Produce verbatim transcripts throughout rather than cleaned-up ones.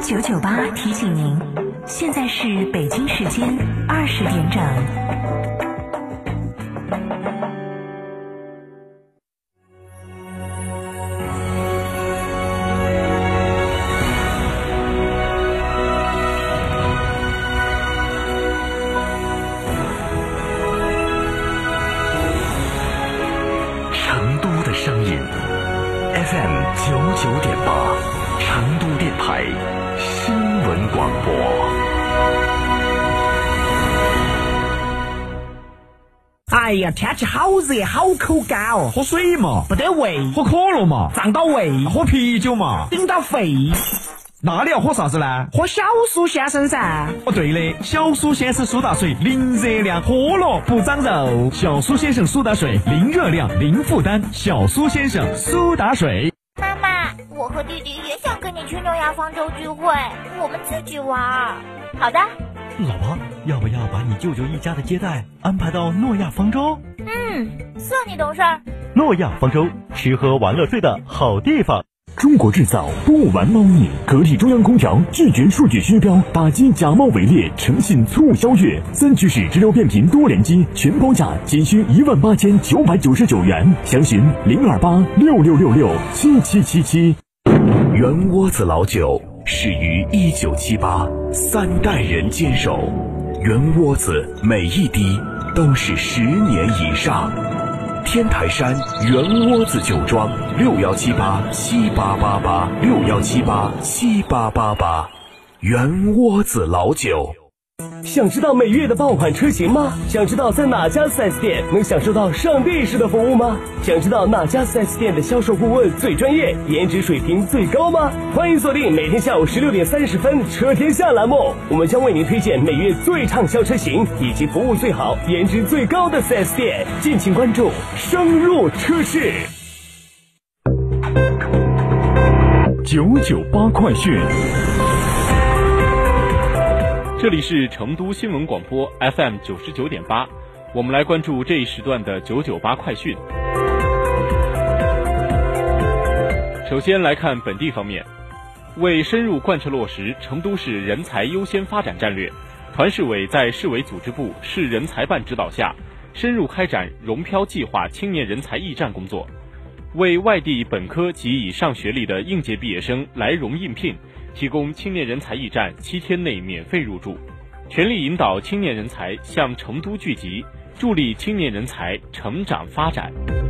九九八提醒您，现在是北京时间二十点整。 成都的声音 F M 九九点八，成都电台新闻广播。 哎呀，天气好热，好口干哦， 喝水嘛， 不得胃； 喝可乐嘛， 胀到胃； 喝啤酒嘛， 顶到肺。 那你要喝啥子呢？ 喝小苏先生噻。 哦，对的，小苏先生苏打水，零热量，喝了不长肉。小苏先生苏打水，零热量，零负担。小苏先生苏打水。 妈妈，我和弟弟也想跟你去诺亚方舟聚会，我们自己玩。好的。 老婆，要不要把你舅舅一家的接待安排到诺亚方舟？ 嗯，算你懂事儿。 诺亚方舟，吃喝玩乐最的好地方。 中国制造不玩猫腻，格力中央空调拒绝数据虚标，打击假冒伪劣，诚信促销月。三居室直流变频多联机全包价仅需一万八千九百九十九元，详询零二八六六六六七七七七。圆窝子老酒始于一九七八，三代人坚守，圆窝子每一滴都是十年以上。天台山圆窝子酒庄六幺七八七八八八六幺七八七八八八，圆窝子老酒。 想知道每月的爆款车型吗？想知道在哪家 四 S 店能享受到上帝式的服务吗？想知道哪家 四 S 店的销售顾问最专业，颜值水平最高吗？欢迎锁定每天下午十六点三十分车天下栏目，我们将为您推荐每月最畅销车型以及服务最好、颜值最高的 四 S 店，敬请关注深入车市。 九九八快讯。 这里是成都新闻广播 F M 九十九点八，我们来关注这一时段的九九八快讯。首先来看本地方面，为深入贯彻落实成都市人才优先发展战略，团市委在市委组织部、市人才办指导下，深入开展融漂计划青年人才驿站工作，为外地本科及以上学历的应届毕业生来融应聘提供青年人才驿站七天内免费入住，全力引导青年人才向成都聚集，助力青年人才成长发展。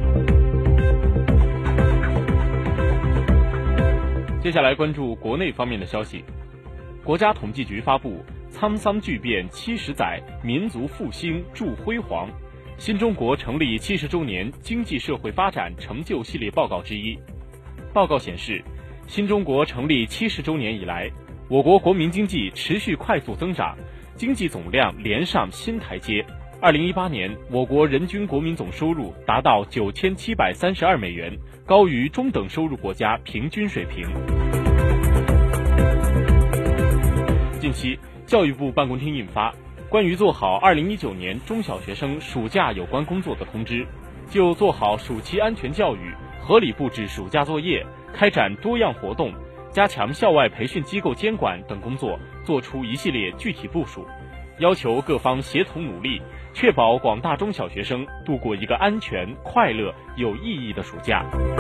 接下来关注国内方面的消息。国家统计局发布《沧桑巨变七十载，民族复兴铸辉煌》新中国成立七十周年经济社会发展成就系列报告之一。报告显示，新中国成立七十周年以来，我国国民经济持续快速增长，经济总量连上新台阶。二零一八年，我国人均国民总收入达到九千七百三十二美元，高于中等收入国家平均水平。近期，教育部办公厅印发《关于做好二零一九年中小学生暑假有关工作的通知》，就做好暑期安全教育、合理布置暑假作业、开展多样活动、加强校外培训机构监管等工作作出一系列具体部署，要求各方协同努力，确保广大中小学生度过一个安全、快乐、有意义的暑假。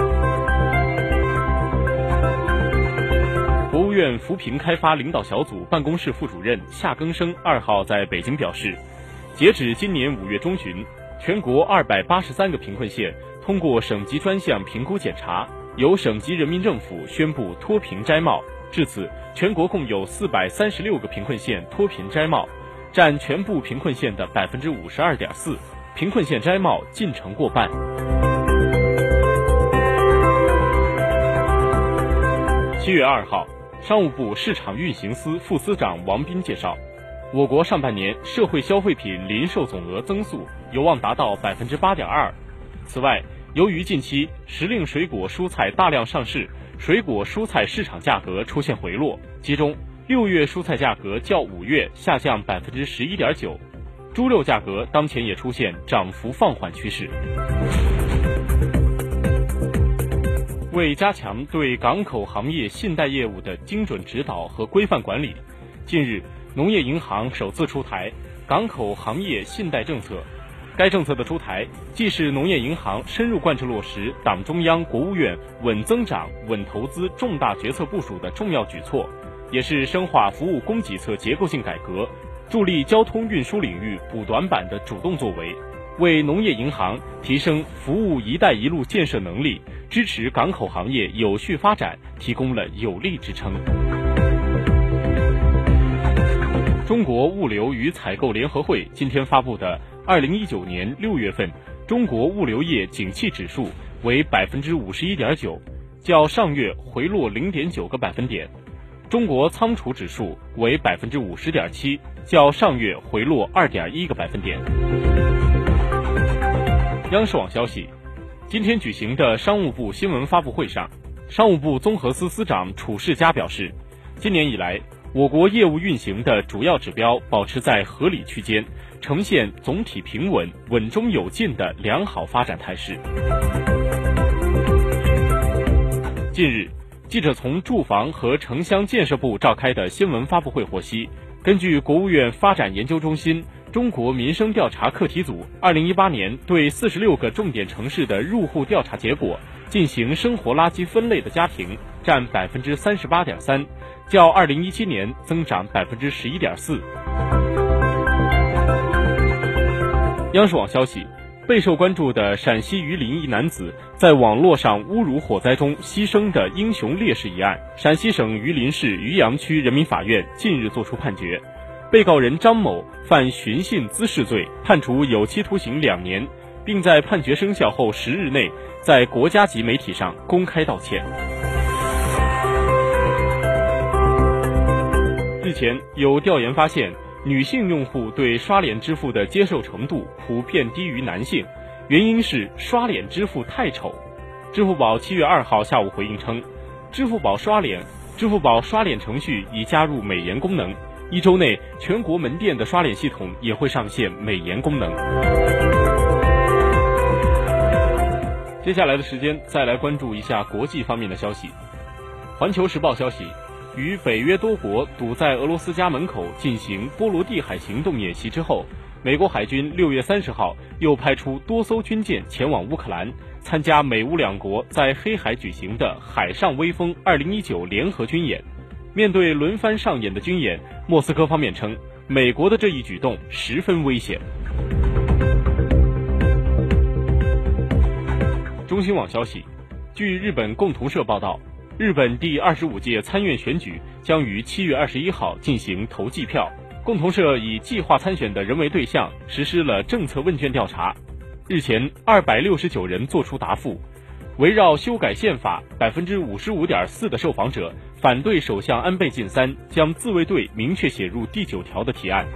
国务院扶贫开发领导小组办公室副主任夏庚生二号在北京表示，截止今年五月中旬，全国二百八十三个贫困县通过省级专项评估检查，由省级人民政府宣布脱贫摘帽。至此，全国共有四百三十六个贫困县脱贫摘帽，占全部贫困县的百分之五十二点四，贫困县摘帽进程过半。七月二号，商务部市场运行司副司长王斌介绍，我国上半年社会消费品零售总额增速有望达到百分之八点二。此外，由于近期时令水果蔬菜大量上市，水果蔬菜市场价格出现回落，其中六月蔬菜价格较五月下降百分之十一点九，猪肉价格当前也出现涨幅放缓趋势。 为加强对港口行业信贷业务的精准指导和规范管理，近日，农业银行首次出台港口行业信贷政策。该政策的出台，既是农业银行深入贯彻落实党中央、国务院稳增长、稳投资重大决策部署的重要举措，也是深化服务供给侧结构性改革、助力交通运输领域补短板的主动作为，为农业银行提升服务“一带一路”建设能力、支持港口行业有序发展提供了有力支撑。中国物流与采购联合会今天发布的二零一九年六月份中国物流业景气指数为百分之五十一点九，较上月回落零点九个百分点。中国仓储指数为百分之五十点七，较上月回落二点一个百分点。央视网消息，今天举行的商务部新闻发布会上，商务部综合司司长褚世佳表示，今年以来，我国业务运行的主要指标保持在合理区间，呈现总体平稳、稳中有进的良好发展态势。近日，记者从住房和城乡建设部召开的新闻发布会获悉，根据国务院发展研究中心中国民生调查课题组二零一八年对四十六个重点城市的入户调查结果，进行生活垃圾分类的家庭占百分之三十八点三，较二零一七年增长百分之十一点四。央视网消息，备受关注的陕西榆林一男子在网络上侮辱火灾中牺牲的英雄烈士一案，陕西省榆林市榆阳区人民法院近日作出判决，被告人张某犯寻衅滋事罪，判处有期徒刑两年，并在判决生效后十日内在国家级媒体上公开道歉。日前，有调研发现，女性用户对刷脸支付的接受程度普遍低于男性，原因是刷脸支付太丑。支付宝七月二号下午回应称，支付宝刷脸，支付宝刷脸程序已加入美颜功能，一周内全国门店的刷脸系统也会上线美颜功能。接下来的时间，再来关注一下国际方面的消息。环球时报消息，与北约多国堵在俄罗斯家门口进行波罗的海行动演习之后，美国海军六月三十号又派出多艘军舰前往乌克兰，参加美乌两国在黑海举行的海上威风二零一九联合军演。面对轮番上演的军演，莫斯科方面称，美国的这一举动十分危险。中新网消息，据日本共同社报道，日本第二十五届参院选举将于七月二十一号进行投计票。共同社以计划参选的人为对象，实施了政策问卷调查。日前，二百六十九人作出答复。围绕修改宪法，百分之五十五点四的受访者反对首相安倍晋三将自卫队明确写入第九条的提案。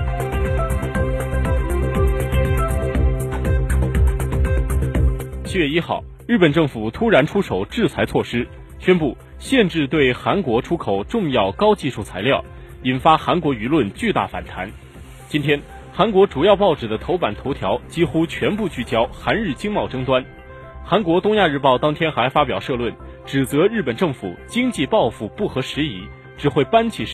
七月一号，日本政府突然出手制裁措施，宣布限制对韩国出口重要高技术材料，引发韩国舆论巨大反弹。今天，韩国主要报纸的头版头条几乎全部聚焦韩日经贸争端。韩国东亚日报当天还发表社论，指责日本政府经济报复不合时宜，只会搬起